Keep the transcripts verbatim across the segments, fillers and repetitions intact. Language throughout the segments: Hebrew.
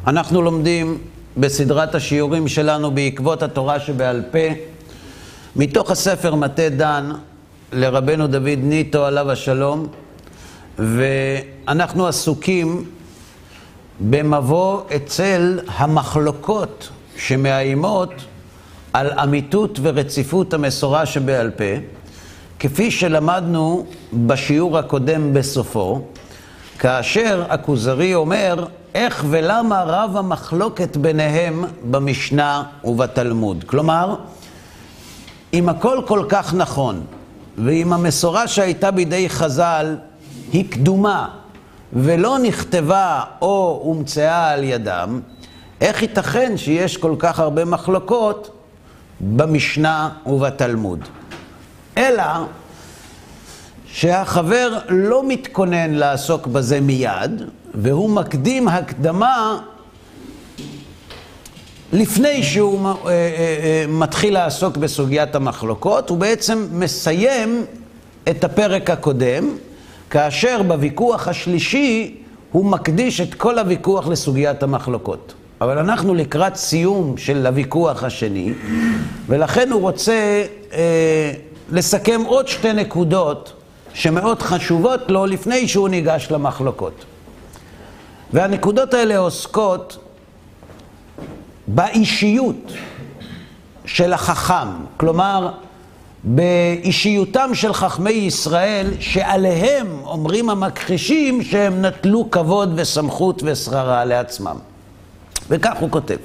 אנחנו לומדים בסדרת השיעורים שלנו בעקבות התורה שבעל פה, מתוך הספר מטה דן לרבנו דוד ניטו עליו השלום, ואנחנו עסוקים במבוא אצל המחלוקות שמאיימות על אמיתות ורציפות המסורה שבעל פה, כפי שלמדנו בשיעור הקודם בסופו, כאשר הכוזרי אומר איך ולמה רב המחלוקת ביניהם במשנה ובתלמוד. כלומר, אם הכל כל כך נכון, ואם המסורה שהייתה בידי חז"ל היא קדומה, ולא נכתבה או הומצאה על ידם, איך ייתכן שיש כל כך הרבה מחלוקות במשנה ובתלמוד? אלא שהחבר לא מתכונן לעסוק בזה מיד, והוא מקדים הקדמה לפני שהוא מתחיל לעסוק בסוגיית המחלוקות. הוא בעצם מסיים את הפרק הקודם, כאשר בוויכוח השלישי הוא מקדיש את כל הוויכוח לסוגיית המחלוקות. אבל אנחנו לקראת סיום של הוויכוח השני, ולכן הוא רוצה אה, לסכם עוד שתי נקודות שמאוד חשובות לו לפני שהוא ניגש למחלוקות. והנקודות האלה עוסקות באישיות של החכם, כלומר באישיותם של חכמי ישראל, שעליהם אומרים המכחישים שהם נטלו כבוד וסמכות ושררה לעצמם. וכך הוא כותב: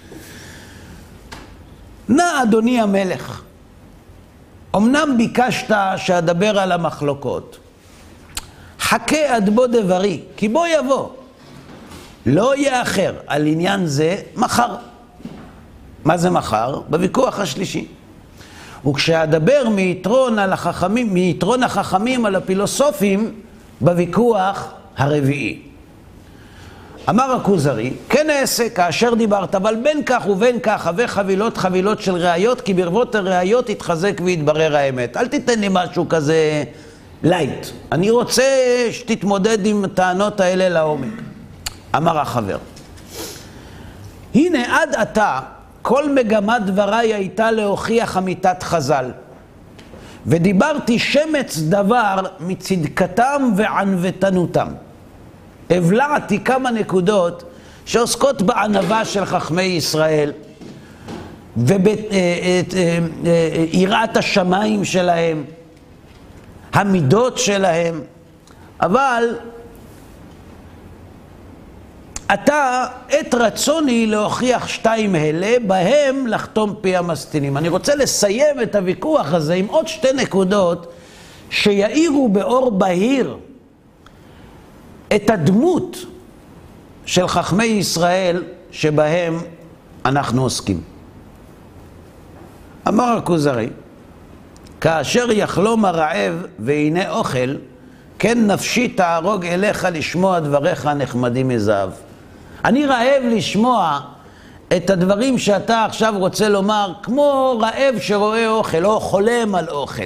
נא אדוני המלך, אמנם ביקשת שאדבר על המחלוקות, חכה עד בו דברי, כי בו יבוא, לא יאחר על עניין זה מחר. מה זה מחר? בוויכוח השלישי. וכשאדבר מיתרון על החכמים, מיתרון החכמים על הפילוסופים בוויכוח הרביעי. אמר הכוזרי, כן אעשה כאשר דיברת, אבל בין כך ובין כך הווה חבילות חבילות של ראיות, כי ברבות הראיות יתחזק ויתברר האמת. אל תיתן לי משהו כזה לייט. אני רוצה שתתמודד עם הטענות האלה לעומק. אמר החבר, הנה עד עתה כל מגמת דבריי הייתה להוכיח אמיתת חז"ל, ודיברתי שמץ דבר מצדקתם וענוותנותם. הבלעתי כמה נקודות שעוסקות בענווה של חכמי ישראל וביראת השמיים שלהם, המידות שלהם, אבל אתה את רצוני להוכיח שתיים אלה, בהם לחתום פי המסטינים. אני רוצה לסיים את הוויכוח הזה עם עוד שתי נקודות שיאירו באור בהיר את הדמות של חכמי ישראל שבהם אנחנו עוסקים. אמר הכוזרי, כאשר יחלום הרעב והנה אוכל, כן נפשי תערוג אליך לשמוע דבריך הנחמדים מזהב. אני רעב לשמוע את הדברים שאתה עכשיו רוצה לומר, כמו רעב שרואה אוכל או חולם על אוכל.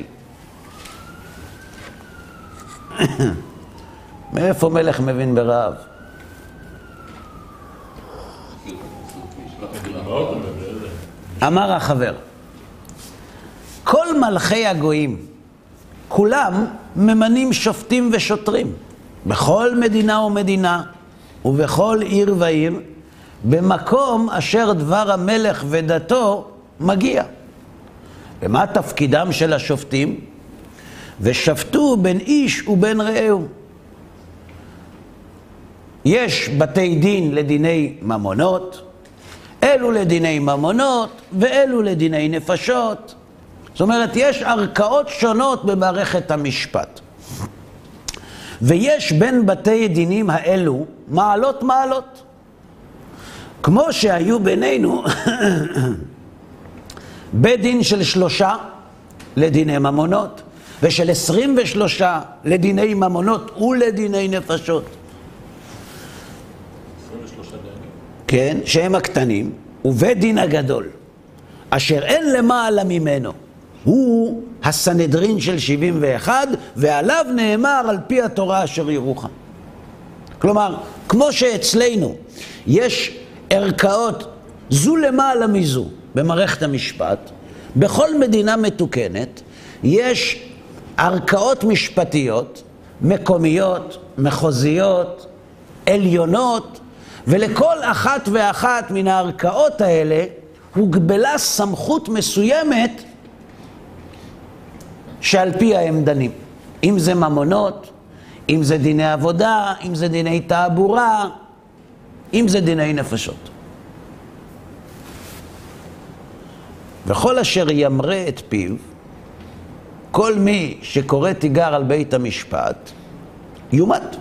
מאיפה מלך מבין ברעב? אמר החבר, כל מלכי הגויים, כולם ממנים שופטים ושוטרים, בכל מדינה ומדינה, ובכל עיר ועיר, במקום אשר דבר המלך ודתו מגיע. ומה תפקידם של השופטים? ושפטו בין איש ובין רעהו. יש בתי דין לדיני ממונות, אלו לדיני ממונות ואלו לדיני נפשות. זאת אומרת, יש ערכאות שונות במערכת המשפט. ויש בין בתי דינים האלו מעלות מעלות. כמו שהיו בינינו בית דין של שלושה לדיני ממונות, ושל עשרים ושלושה לדיני ממונות ולדיני נפשות. כן, שהם הקטנים, ובית דין הגדול, אשר אין למעלה ממנו, הוא הסנהדרין של שבעים ואחת, ועליו נאמר על פי התורה אשר ירוחם. כלומר, כמו שאצלנו יש ערכאות זו למעלה מזו במערכת המשפט, בכל מדינה מתוקנת יש ערכאות משפטיות, מקומיות, מחוזיות, עליונות, ולכל אחת ואחת מן הערכאות האלה הוגבלה סמכות מסוימת שעל פיה הם דנים. אם זה ממונות, אם זה דיני עבודה, אם זה דיני תעבורה, אם זה דיני נפשות. וכל אשר ימרה את פיו, כל מי שקורא תיגר על בית המשפט, יומת.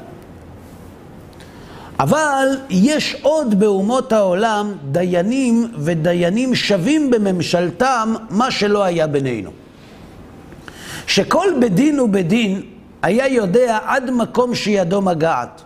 אבל יש עוד באומות העולם דיינים ודיינים שווים בממשלתם מה שלא היה בינינו. שכל בדין ובדין היה יודע עד מקום שידו מגעת.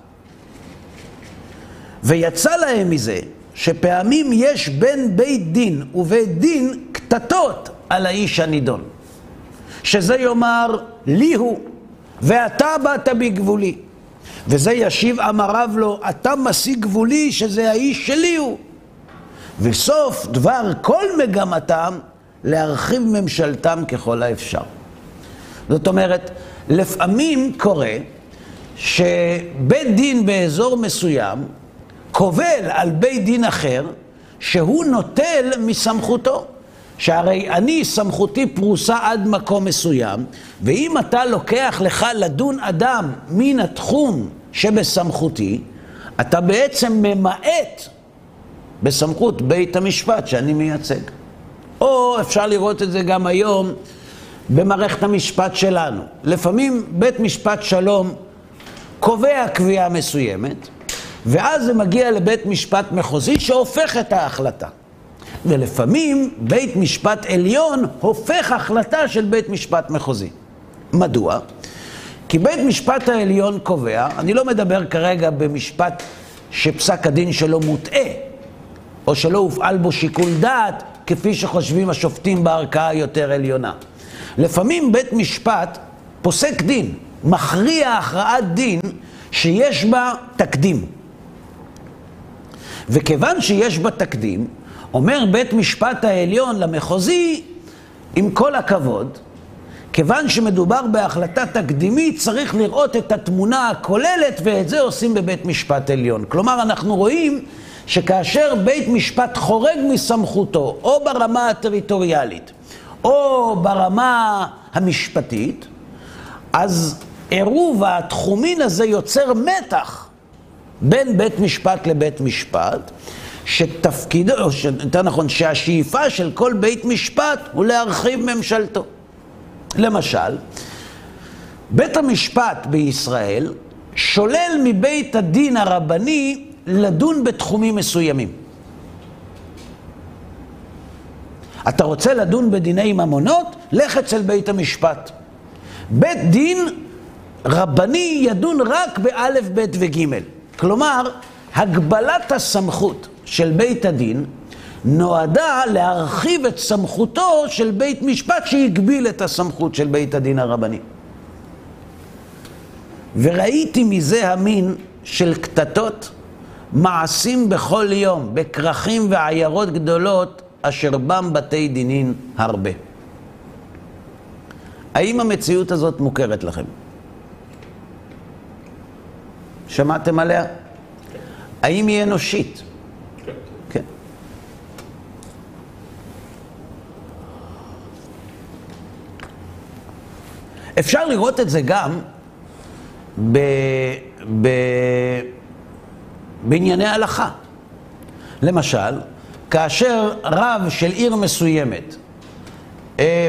ויצא להם מזה שפעמים יש בין בית דין ובית דין קטטות על האיש הנידון. שזה יאמר לי הוא, ואתה באת בגבולי. וזה ישיב אמריו לו, אתה משיג גבולי שזה האיש שלי הוא. וסוף דבר כל מגמתם להרחיב ממשלתם ככל האפשר. זאת אומרת, לפעמים קורה שבית דין באזור מסוים קובל על בית דין אחר שהוא נוטל מסמכותו. שהרי אני סמכותי פרוסה עד מקום מסוים, ואם אתה לוקח לך לדון אדם מן התחום שבסמכותי, אתה בעצם ממעט בסמכות בית המשפט שאני מייצג. או אפשר לראות את זה גם היום במערכת המשפט שלנו. לפעמים בית משפט שלום קובע קביעה מסוימת, ואז זה מגיע לבית משפט מחוזי שהופך את ההחלטה. ולפעמים בית משפט עליון הופך החלטה של בית משפט מחוזי. מדוע? כי בית משפט העליון קובע, אני לא מדבר כרגע במשפט שפסק הדין שלו מוטעה, או שלא הופעל בו שיקול דעת, כפי שחושבים השופטים בערכאה היותר עליונה. לפעמים בית משפט פוסק דין, מכריע הכרעת דין שיש בה תקדים. וכיוון שיש בה תקדים, אומר בית משפט העליון למחוזי, עם כל הכבוד, כיוון שמדובר בהחלטה תקדימית, צריך לראות את התמונה הכוללת, ואת זה עושים בבית משפט עליון. כלומר, אנחנו רואים שכאשר בית משפט חורג מסמכותו, או ברמה הטריטוריאלית, או ברמה המשפטית, אז עירוב התחומין הזה יוצר מתח בין בית משפט לבית משפט, שתפקידו, או יותר נכון, שהשאיפה של כל בית משפט הוא להרחיב ממשלתו. למשל, בית המשפט בישראל שולל מבית הדין הרבני לדון בתחומים מסוימים. אתה רוצה לדון בדיני ממונות? לך אצל בית המשפט. בית דין רבני ידון רק באלף, בית וג'. כלומר, הגבלת הסמכות של בית הדין נועדה להרחיב את סמכותו של בית משפט שהגביל את הסמכות של בית הדין הרבני. וראיתי מזה המין של קטטות מעשים בכל יום, בכרכים ועיירות גדולות, אשר בם בתי דינין הרבה. האם המציאות הזאת מוכרת לכם? שמעתם עליה? האם היא אנושית? כן. כן. אפשר לראות את זה גם ב... ב... בענייני הלכה. למשל, כאשר רב של עיר מסוימת אה,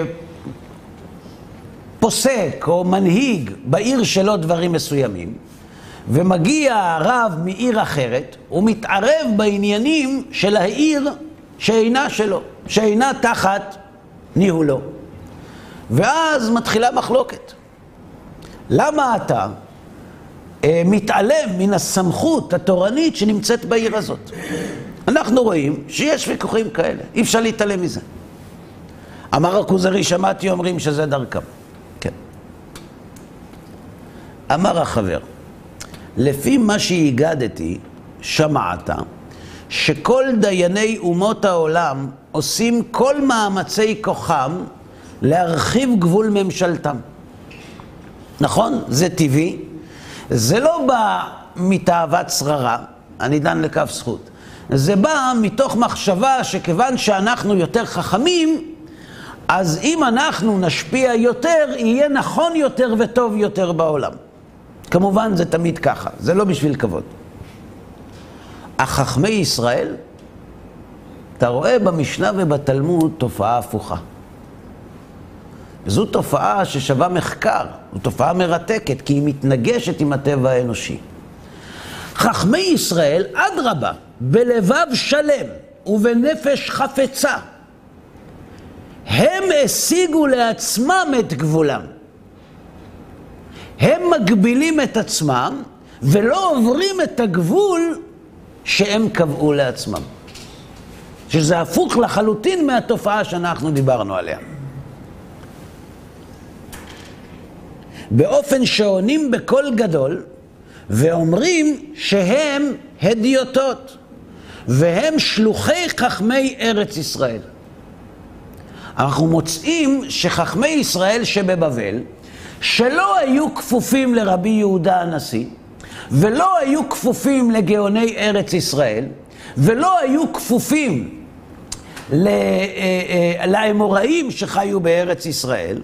פוסק או מנהיג בעיר שלו דברים מסוימים, ומגיע רב מעיר אחרת, הוא מתערב בעניינים של העיר שאינה שלו, שאינה תחת ניהולו. ואז מתחילה מחלוקת. למה אתה אה, מתעלם מן הסמכות התורנית שנמצאת בעיר הזאת? אנחנו רואים שיש ויכוחים כאלה, אי אפשר להתעלם מזה. אמר הכוזרי, שמעתי אומרים שזה דרכם. כן. אמר החבר, לפי מה שהגדתי, שמעת, שכל דייני אומות העולם עושים כל מאמצי כוחם להרחיב גבול ממשלתם. נכון? זה טבעי. זה לא בא מתאוות שררה, אני דן לכף זכות. זה בא מתוך מחשבה שכיוון שאנחנו יותר חכמים, אז אם אנחנו נשפיע יותר, יהיה נכון יותר וטוב יותר בעולם. כמובן זה תמיד ככה, זה לא בשביל כבוד. החכמי ישראל, אתה רואה במשנה ובתלמוד תופעה הפוכה. זו תופעה ששווה מחקר, זו תופעה מרתקת, כי היא מתנגשת עם הטבע האנושי. חכמי ישראל, אדרבה, בלבב שלם ובנפש חפצה, הם השיגו לעצמם את גבולם. הם מגבילים את עצמם ולא עוברים את הגבול שהם קבעו לעצמם. שזה הפוך לחלוטין מהתופעה שאנחנו דיברנו עליה. באופן שעונים בקול גדול ואומרים שהם הדיוטות והם שלוחי חכמי ארץ ישראל. אנחנו מוצאים שחכמי ישראל שבבבל, שלא היו כפופים לרבי יהודה הנשיא, ולא היו כפופים לגאוני ארץ ישראל, ולא היו כפופים לאמוראים שחיו בארץ ישראל,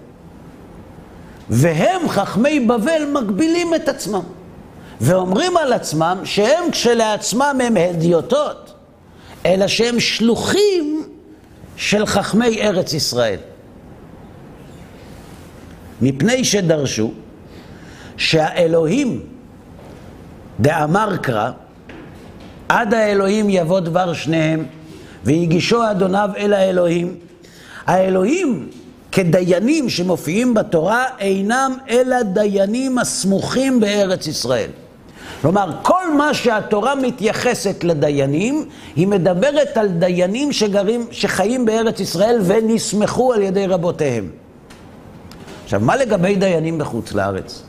והם חכמי בבל מגבילים את עצמם, ואומרים על עצמם שהם כשלעצמם הם הדיוטות, אלא שהם שלוחים של חכמי ארץ ישראל. מפני שדרשו שהאלוהים דאמר קרא, עד האלוהים יבוא דבר שניהם, ויגישו אדוניו אל האלוהים. האלוהים כדיינים שמופיעים בתורה אינם אלא דיינים הסמוכים בארץ ישראל. כלומר, כל מה שהתורה מתייחסת לדיינים, היא מדברת על דיינים שגרים, שחיים בארץ ישראל ונסמכו על ידי רבותיהם. עכשיו, מה לגבי דיינים בחוץ לארץ?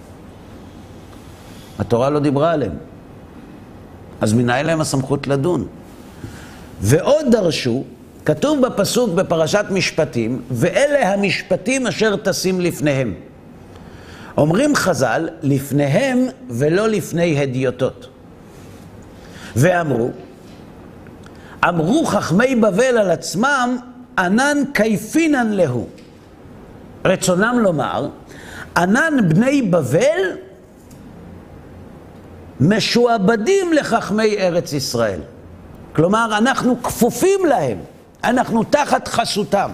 התורה לא דיברה עליהם. אז מנהל להם הסמכות לדון. ועוד דרשו, כתוב בפסוק בפרשת משפטים, ואלה המשפטים אשר תשים לפניהם. אומרים חז"ל, לפניהם ולא לפני הדיוטות. ואמרו, אמרו חכמי בבל על עצמם, ענן כיפינן להו. רצונם לומר, ענן בני בבל משועבדים לחכמי ארץ ישראל. כלומר, אנחנו כפופים להם, אנחנו תחת חסותם.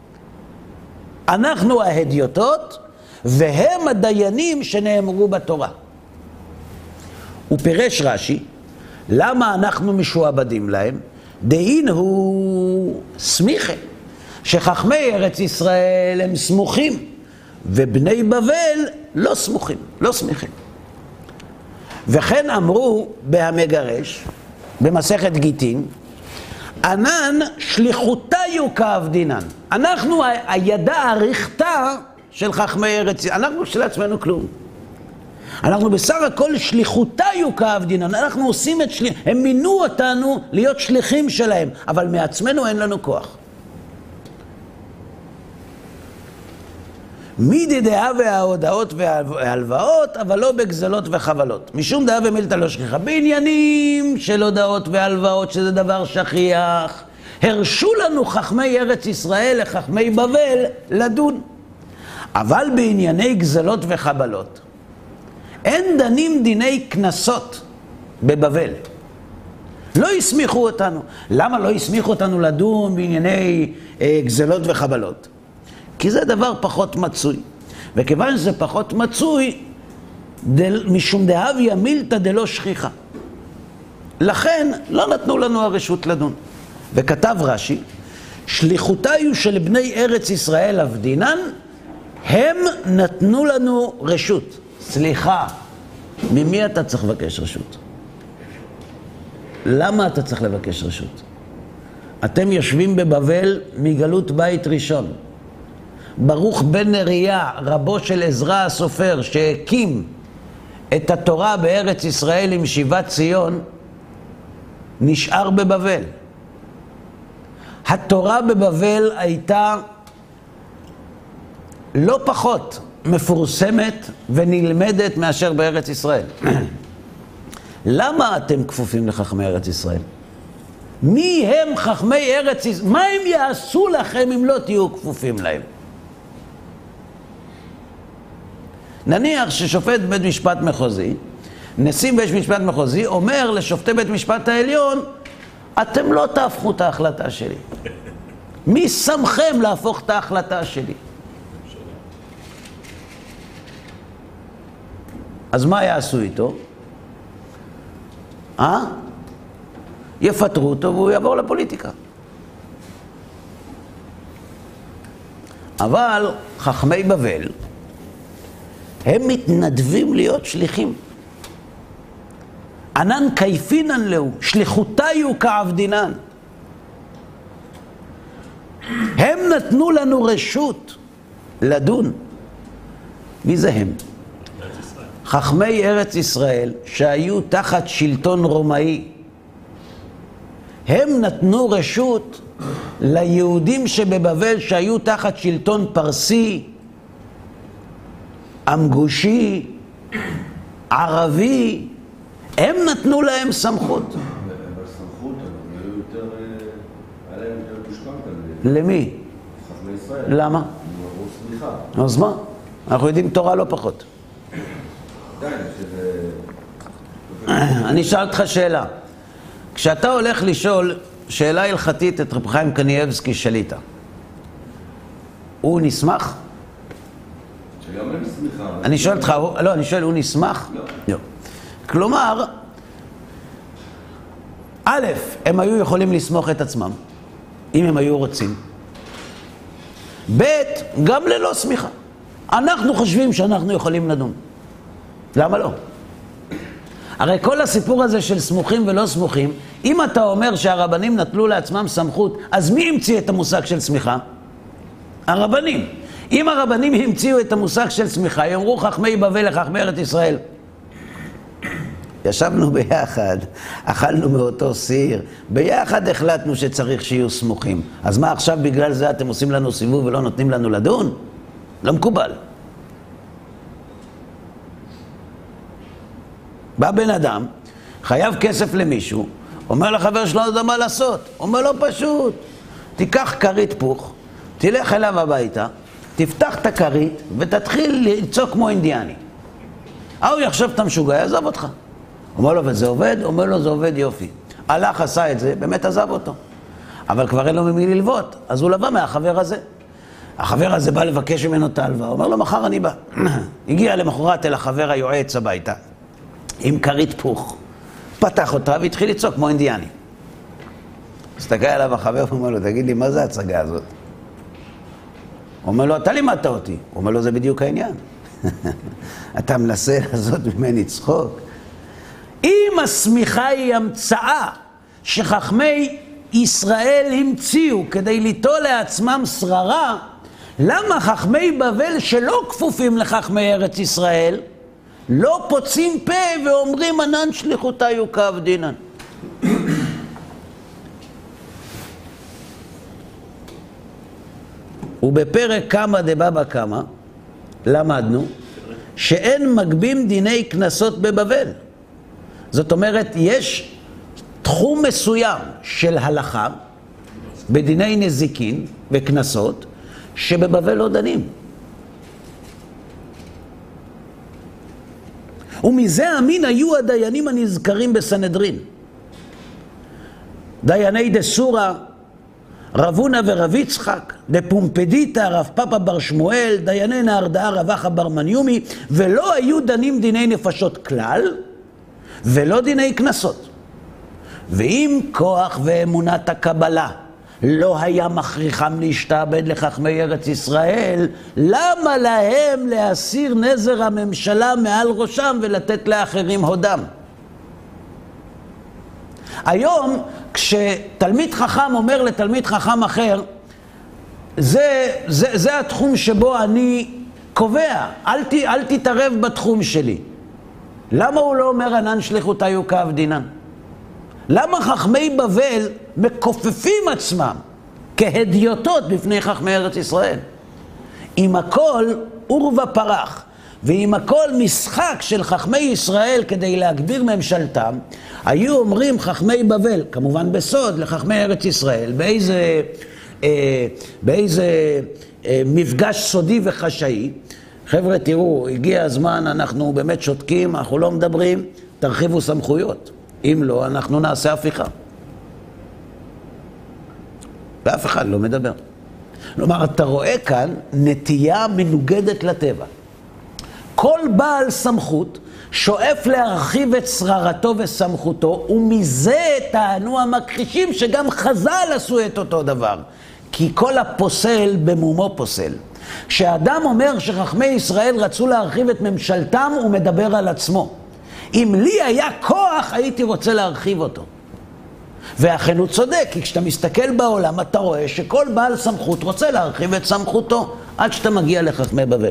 אנחנו ההדיוטות, והם הדיינים שנאמרו בתורה. הוא פירש רש"י, למה אנחנו משועבדים להם? דהין הוא סמיכה, שחכמי ארץ ישראל הם סמוכים, ובני בבל לא סמוכים, לא סמיכים. וכן אמרו בהמגרש, במסכת גיטין, ענן שליחותיו כעבדינן. אנחנו הידה הריחתה של חכמי ארץ, אנחנו של עצמנו כלום. אנחנו בסך הכל שליחותיו כעבדינן, אנחנו עושים את שליח, הם מינו אותנו להיות שליחים שלהם, אבל מעצמנו אין לנו כוח. מידי דעה וההודעות וההלוואות, אבל לא בגזלות וחבלות. משום דעה ומילתא לא שכיחה. בעניינים של הודעות והלוואות, שזה דבר שכיח, הרשו לנו חכמי ארץ ישראל לחכמי בבל לדון. אבל בענייני גזלות וחבלות, אין דנים דיני כנסות בבבל. לא הסמיכו אותנו. למה לא הסמיכו אותנו לדון בענייני אה, גזלות וחבלות? כי זה דבר פחות מצוי. וכיוון שזה פחות מצוי, דל, משום דהביה מילתא דלא שכיחה. לכן לא נתנו לנו הרשות לדון. וכתב רש"י, שליחותיו של בני ארץ ישראל עבדינן, הם נתנו לנו רשות. סליחה, ממי אתה צריך לבקש רשות? למה אתה צריך לבקש רשות? אתם יושבים בבבל מגלות בית ראשון. ברוך בן נריה, רבו של עזרא הסופר, שהקים את התורה בארץ ישראל עם שיבת ציון, נשאר בבבל. התורה בבבל הייתה לא פחות מפורסמת ונלמדת מאשר בארץ ישראל. למה אתם כפופים לחכמי ארץ ישראל? מי הם חכמי ארץ ישראל? מה הם יעשו לכם אם לא תהיו כפופים להם? נניח ששופט בית משפט מחוזי, נשיא בית משפט מחוזי, אומר לשופטי בית משפט העליון, אתם לא תהפכו את ההחלטה שלי. מי שמכם להפוך את ההחלטה שלי? אז מה יעשו איתו? אה? יפטרו אותו והוא יעבור לפוליטיקה. אבל חכמי בבל, הם מתנדבים להיות שליחים. ענן קייפינן לו, שליחותיו כעבדינן. הם נתנו לנו רשות לדון. מי זה הם? חכמי ארץ ישראל שהיו תחת שלטון רומאי. הם נתנו רשות ליהודים שבבבל שהיו תחת שלטון פרסי, אמגושי, ערבי. הם נתנו להם סמכות. אבל סמכות, אבל היו יותר, היה להם יותר פושקמת. למי? חכמי ישראל. למה? הם עברו סליחה. אז מה? אנחנו יודעים תורה לא פחות. די, שזה... אני אשאל אותך שאלה. כשאתה הולך לשאול שאלה הלכתית את רב חיים קניאבסקי שליטה, הוא נשמח? שגם הם סליחה. אני שואל אותך, לא, אני שואל, הוא נשמח? לא. לא. כלומר, א', הם היו יכולים לסמוך את עצמם, אם הם היו רוצים. ב', גם ללא סמיכה. אנחנו חושבים שאנחנו יכולים לדון. למה לא? הרי כל הסיפור הזה של סמוכים ולא סמוכים, אם אתה אומר שהרבנים נטלו לעצמם סמכות, אז מי המציא את המושג של סמיכה? הרבנים. אם הרבנים המציאו את המושג של סמיכה, יאמרו חכמי בבל לחכמי ארץ ישראל, ישבנו ביחד, אכלנו מאותו סיר, ביחד החלטנו שצריך שיהיו סמוכים. אז מה עכשיו בגלל זה אתם עושים לנו סיבוב ולא נותנים לנו לדון? לא מקובל. בא בן אדם, חייב כסף למישהו, אומר לחבר שלו, לא יודע מה לעשות. אומר לו פשוט, תיקח כרית פוך, תלך אליו הביתה, תפתח את הכרית ותתחיל לצעוק כמו אינדיאני. הוא יחשב את המשוגע, יעזב אותך. אומר לו, וזה עובד? אומר לו, זה עובד יופי. הלך, עשה את זה, באמת עזב אותו. אבל כבר אין לו ממי ללוות, אז הוא לבא מהחבר הזה. החבר הזה בא לבקש ממנו את ההלוואה, אומר לו, מחר אני בא. הגיע למחרת אל החבר היועץ הביתה, עם כרית פוך. פתח אותה והתחיל לצעוק כמו אינדיאני. הסתכל עליו החבר ואומר לו, תגיד לי, מה זה ההצגה הזאת? הוא אומר לו, אתה לימדת אותי. הוא אומר לו, זה בדיוק העניין. אתה מנסה לעשות ממני צחוק. אם הסמיכה היא המצאה שחכמי ישראל המציאו כדי ליטול לעצמם שררה, למה חכמי בבל שלא כפופים לחכמי ארץ ישראל לא פוצים פה ואומרים ענן שליחותיו כעבדינן? ובפרק כמה דבבא קמא למדנו שאין מגבים דיני כנסות בבבל. זאת אומרת, יש תחום מסוים של הלכה בדיני נזיקין וכנסות שבבבל לא דנים. ומזה המין היו הדיינים הנזכרים בסנהדרין. דייני דסורה, רב הונא ורב יצחק, דפומפדיתא, רב פאפא בר שמואל, דייני נהרדעה רב אחא בר מניומי, ולא היו דנים דיני נפשות כלל, ולא דיני כנסות. ואם כוח ואמונת הקבלה לא היה מכריחם להשתעבד לחכמי ארץ ישראל, למה להם להסיר נזר הממשלה מעל ראשם ולתת לאחרים הודם? היום כשתלמיד חכם אומר לתלמיד חכם אחר, זה, זה, זה התחום שבו אני קובע, אל, ת, אל תתערב בתחום שלי. למה הוא לא אומר ענן שליחותיו כעבדינן? למה חכמי בבל מכופפים עצמם כהדיוטות בפני חכמי ארץ ישראל? עם הכל אור ופרח, ועם הכל משחק של חכמי ישראל כדי להגביר ממשלתם, היו אומרים חכמי בבל, כמובן בסוד, לחכמי ארץ ישראל, באיזה, אה, באיזה אה, מפגש סודי וחשאי, חבר'ה תראו, הגיע הזמן, אנחנו באמת שותקים, אנחנו לא מדברים, תרחיבו סמכויות. אם לא, אנחנו נעשה הפיכה. ואף אחד לא מדבר. כלומר, אתה רואה כאן נטייה מנוגדת לטבע. כל בעל סמכות שואף להרחיב את שררתו וסמכותו, ומזה טענו המכחישים שגם חז"ל עשו את אותו דבר. כי כל הפוסל במומו פוסל. כשאדם אומר שחכמי ישראל רצו להרחיב את ממשלתם, הוא מדבר על עצמו. אם לי היה כוח, הייתי רוצה להרחיב אותו. ואכן הוא צודק, כי כשאתה מסתכל בעולם, אתה רואה שכל בעל סמכות רוצה להרחיב את סמכותו, עד שאתה מגיע לחכמי בבל.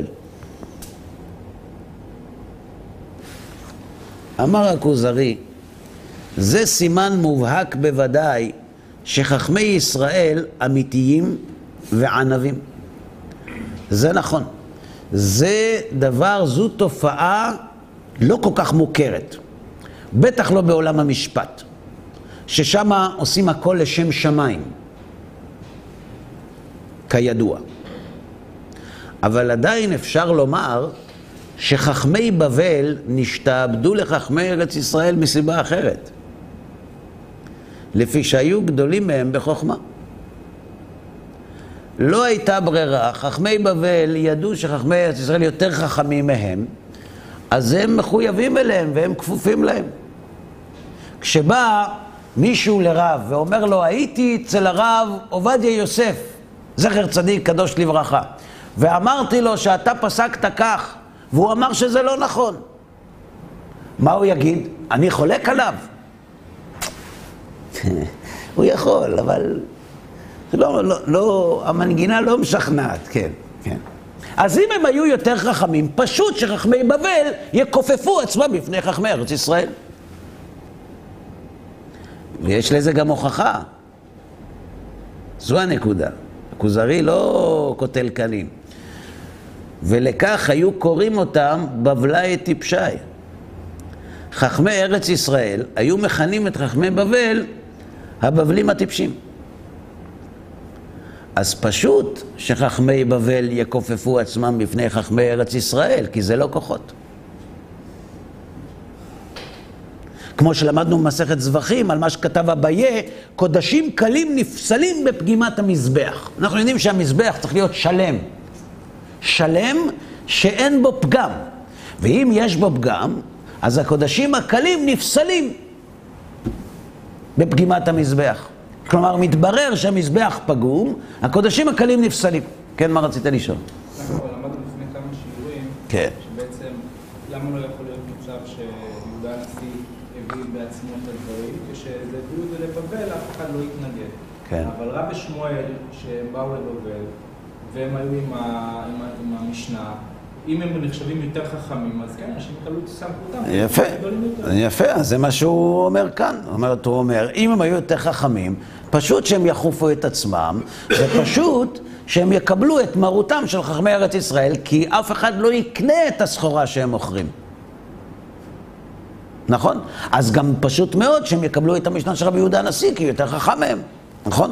אמר הכוזרי, זה סימן מובהק בוודאי שחכמי ישראל אמיתיים וענבים. זה נכון. זה דבר, זו תופעה לא כל כך מוכרת. בטח לא בעולם המשפט, ששם עושים הכל לשם שמיים, כידוע. אבל עדיין אפשר לומר שחכמי בבל נשתעבדו לחכמי ארץ ישראל מסיבה אחרת. לפי שהיו גדולים מהם בחוכמה. לא הייתה ברירה, חכמי בבל ידעו שחכמי ארץ ישראל יותר חכמים מהם, אז הם מחויבים אליהם והם כפופים להם. כשבא מישהו לרב ואומר לו, הייתי אצל הרב עובדיה יוסף, זכר צדיק קדוש לברכה, ואמרתי לו שאתה פסקת כך, והוא אמר שזה לא נכון. מה הוא יגיד? אני חולק עליו. הוא יכול, אבל לא, לא, לא, המנגינה לא משכנעת, כן, כן. אז אם הם היו יותר חכמים, פשוט שחכמי בבל יכופפו עצמם בפני חכמי ארץ ישראל. ויש לזה גם הוכחה. זו הנקודה. הכוזרי לא קוטל קנים. ולכך היו קוראים אותם בבלי טיפשי. חכמי ארץ ישראל היו מכנים את חכמי בבל הבבלים הטיפשים. אז פשוט שחכמי בבל יכופפו עצמם בפני חכמי ארץ ישראל, כי זה לא כוחות. כמו שלמדנו במסכת זבחים, על מה שכתב אביה, קודשים קלים נפסלים בפגימת המזבח. אנחנו יודעים שהמזבח צריך להיות שלם. שלם שאין בו פגם. ואם יש בו פגם, אז הקודשים הקלים נפסלים בפגימת המזבח. כלומר, מתברר שהמזבח פגום, הקודשים הקלים נפסלים. כן, מה רצית לשאול? אנחנו למדנו לפני כמה שיעורים, כן. שבעצם למה לא יכול להיות מצב שיהודה הנשיא הביא בעצמו את הדברים, כשהביאו את זה לבבל, אף אחד לא התנגד. כן. אבל רבי שמואל, שהם באו לבבל, והם היו עם, ה, עם, ה, עם המשנה, אם הם נחשבים יותר חכמים, אז כן, אנשים יקבלו את סמכותם. יפה, יפה, אז זה מה שהוא אומר כאן. הוא אומר, הוא אומר, אם הם היו יותר חכמים, פשוט שהם יחופו את עצמם, ופשוט שהם יקבלו את מרותם של חכמי ארץ ישראל, כי אף אחד לא יקנה את הסחורה שהם מוכרים. נכון? אז גם פשוט מאוד שהם יקבלו את המשנה של רבי יהודה הנשיא, כי יותר חכם מהם. נכון?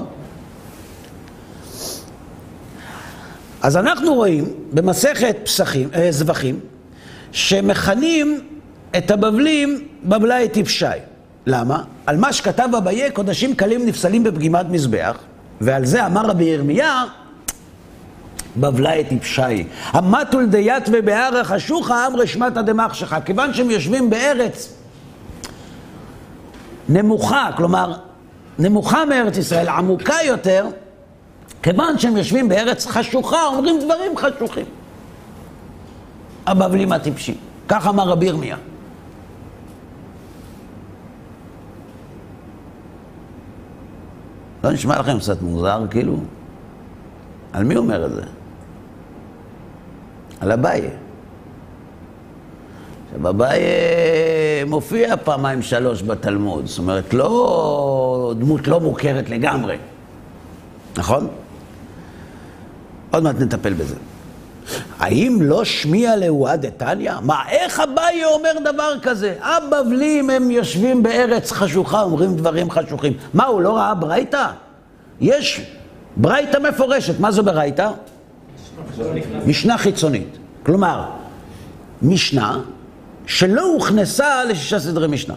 אז אנחנו רואים במסכת פסחים, אה, זבחים, שמכנים את הבבלים בבלי טיפשי. למה? על מה שכתב אביה, קודשים קלים נפסלים בפגימת מזבח, ועל זה אמר רבי ירמיה, בבלי טיפשי. המתול דיית ובהר החשוכה אמר שמתא דמחשכה. כיוון שהם יושבים בארץ נמוכה, כלומר נמוכה מארץ ישראל, עמוקה יותר, כיוון שהם יושבים בארץ חשוכה, אומרים דברים חשוכים. הבבלים הטיפשים. כך אמר רבי ירמיה. לא נשמע לכם קצת מוזר, כאילו? על מי אומר את זה? על אביה. עכשיו אביה מופיע פעמיים שלוש בתלמוד, זאת אומרת, לא, דמות לא מוכרת לגמרי, נכון? עוד מעט נטפל בזה. האם לא שמיע להוא דתניא? מה, איך אביי אומר דבר כזה? הבבלים הם יושבים בארץ חשוכה, אומרים דברים חשוכים. מה, הוא לא ראה ברייתא? יש ברייתא מפורשת. מה זו ברייתא? משנה חיצונית. כלומר, משנה שלא הוכנסה לשישה סדרי משנה.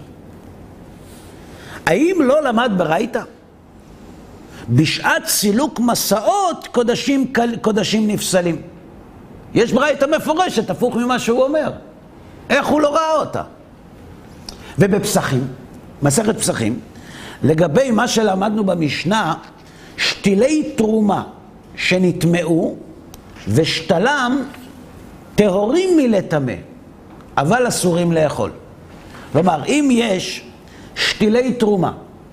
האם לא למד ברייתא? בשעת סילוק מסעות קודשים, קודשים נפסלים. יש ברייתא מפורשת, הפוך ממה שהוא אומר. איך הוא לא ראה אותה? ובפסחים, מסכת פסחים, לגבי מה שלמדנו במשנה, שתילי תרומה שנטמעו ושתלם טהורים מלטמא, אבל אסורים לאכול. כלומר, אם יש שתילי תרומה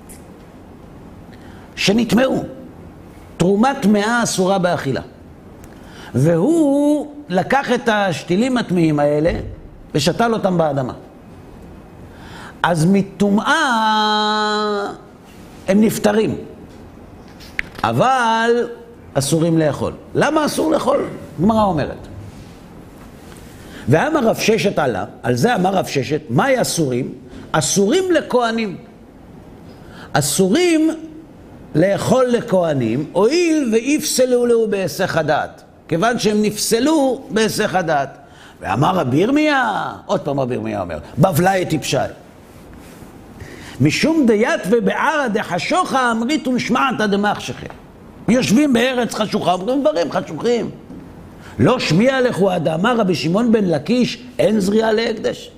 שנטמעו, תרומה טמאה אסורה באכילה, והוא לקח את השתילים הטמאים האלה ושתל אותם באדמה, אז מטומאה הם נפטרים, אבל אסורים לאכול. למה אסור לאכול? גמרא אומרת. ואמר רב ששת עלה, על זה אמר רב ששת, מהי אסורים? אסורים לכהנים. אסורים לאכול לכהנים, הואיל ויפסלו לו בהיסח הדעת, כיוון שהם נפסלו בהיסח הדעת. ואמר רבי ירמיה, עוד פעם רבי ירמיה אומר, בבלי טיפשי. משום דיית ובערא דחשוכה אמרית ונשמעת דמחשכי. יושבים בארץ חשוכה, אומרים דברים חשוכים. לא שמיע לכו עד אמר רבי שמעון בן לקיש, אין זריעה להקדש.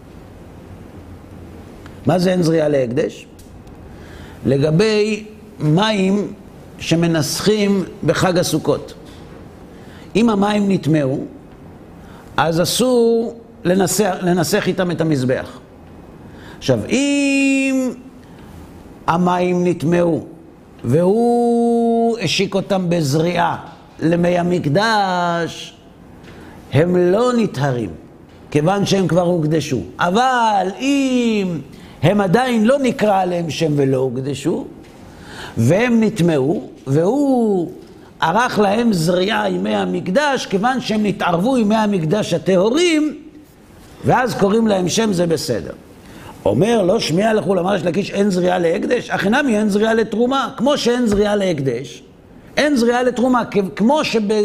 מה זה אין זריעה להקדש? לגבי מים שמנסחים בחג הסוכות. אם המים נטמעו, אז אסור לנסח, לנסח איתם את המזבח. עכשיו, אם המים נטמעו והוא השיק אותם בזריעה למי המקדש, הם לא נטהרים, כיוון שהם כבר הוקדשו. אבל אם הם עדיין לא נקרא עליהם שם ולא הוקדשו, והם נטמעו, והוא ערך להם זריעה ימי המקדש, כיוון שהם נתערבו ימי המקדש הטהורים, ואז קוראים להם שם, זה בסדר. אומר, לא שמיע לכו למר יש לקיש, אין זריעה להקדש, אחינמי אין זריעה לתרומה, כמו שאין זריעה להקדש, אין זריעה לתרומה, כמו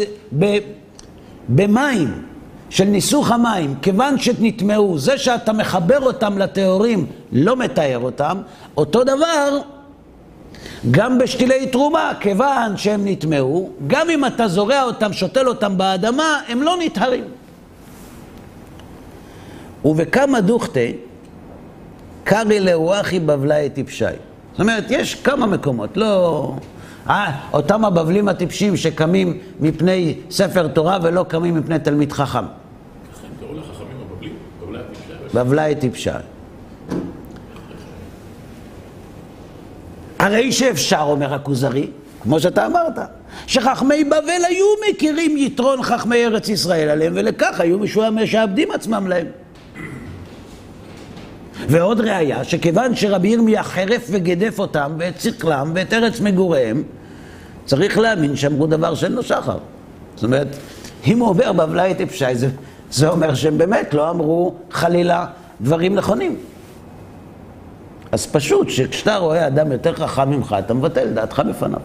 שבמים של ניסוך המים, כיוון שנטמעו, זה שאתה מחבר אותם לטהורים, לא מתאר אותם, אותו דבר, גם בשתילי תרומה, כיוון שהם נטמעו, גם אם אתה זורע אותם, שותל אותם באדמה, הם לא נטהרים. ובכמה דוכתי, קרי לאו אחי בבלי טיפשי. זאת אומרת, יש כמה מקומות, לא... אה, אותם הבבלים הטיפשים שקמים מפני ספר תורה ולא קמים מפני תלמיד חכם. לכן קראו לחכמים הבבלים? בבלי הטיפשי? בבלי טיפשי. הרי שאפשר, אומר הכוזרי, כמו שאתה אמרת, שחכמי בבל היו מכירים יתרון חכמי ארץ ישראל עליהם, ולכך היו משעבדים עצמם להם. ועוד ראיה, שכיוון שרבי ירמיה חרף וגדף אותם, ואת צקלם, ואת ארץ מגוריהם, צריך להאמין שאמרו דבר שאין לו שחר. זאת אומרת, אם הוא עובר בבלי טיפשי, זה, זה אומר שהם באמת לא אמרו חלילה דברים נכונים. אז פשוט שכשאתה רואה אדם יותר חכם ממך, אתה מבטל דעתך בפניו.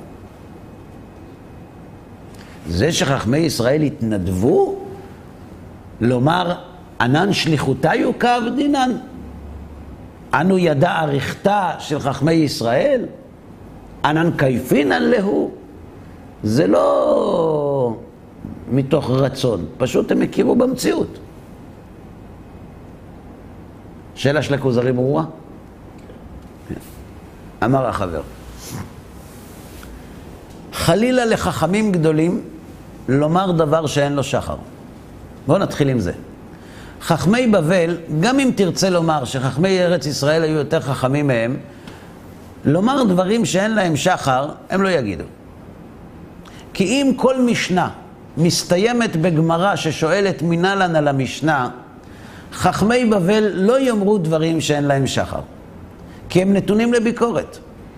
זה שחכמי ישראל התנדבו לומר, ענן שליחותי יוקב דינן. אנו ידע עריכתה של חכמי ישראל, ענן קייפינן להו. זה לא מתוך רצון, פשוט הם הכירו במציאות. שאלה של הכוזרי ברורה? אמר החבר, חלילה לחכמים גדולים לומר דבר שאין לו שחר. בואו נתחיל עם זה. חכמי בבל, גם אם תרצה לומר שחכמי ארץ ישראל היו יותר חכמים מהם, לומר דברים שאין להם שחר, הם לא יגידו. כי אם כל משנה מסתיימת בגמרא ששואלת מנהלן על המשנה, חכמי בבל לא יאמרו דברים שאין להם שחר, כי הם נתונים לביקורת.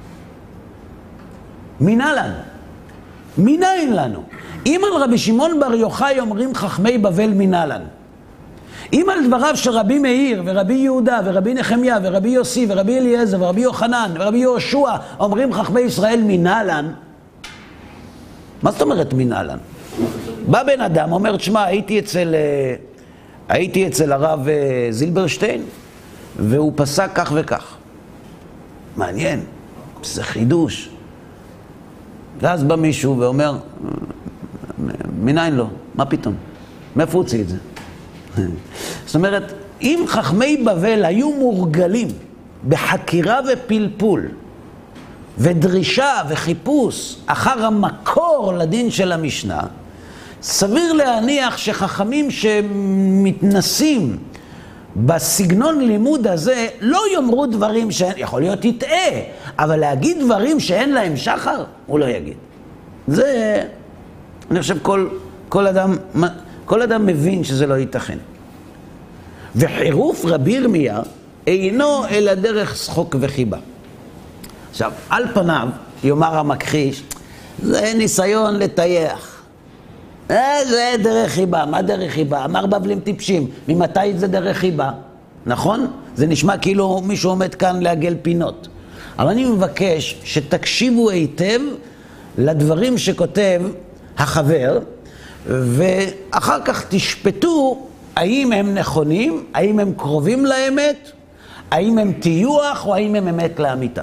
מינה לנו, מינין לנו. אם על רבי שמעון בר יוחאי אומרים חכמי בבל מינה לנו, אם על דבריו של רבי מאיר ורבי יהודה ורבי נחמיה ורבי יוסי ורבי אליעזר ורבי יוחנן ורבי יהושע אומרים חכמי ישראל מינה לנו, מה זאת אומרת מינה לנו? בא בן אדם, אומר, תשמע, הייתי אצל, הייתי אצל הרב זילברשטיין, והוא פסק כך וכך. מעניין, זה חידוש. ואז בא מישהו ואומר, מניין לא, מה פתאום? מאיפה הוציא את זה? זאת אומרת, אם חכמי בבל היו מורגלים בחקירה ופלפול, ודרישה וחיפוש אחר המקור לדין של המשנה, סביר להניח שחכמים שמתנסים בסגנון לימוד הזה לא יאמרו דברים שאין, יכול להיות יטעה, אבל להגיד דברים שאין להם שחר, הוא לא יגיד. זה, אני חושב, כל, כל אדם, כל אדם מבין שזה לא ייתכן. וחירוף רבי ירמיה אינו אלא דרך שחוק וחיבה. עכשיו, על פניו, יאמר המכחיש, זה ניסיון לטייח. זה דרך חיבה. מה דרך חיבה? אמר בבלים טיפשים. ממתי זה דרך חיבה? נכון? זה נשמע כאילו מישהו עומד כאן לעגל פינות. אבל אני מבקש שתקשיבו היטב לדברים שכותב החבר, ואחר כך תשפטו האם הם נכונים, האם הם קרובים לאמת, האם הם טיוח או האם הם אמת לאמיתה.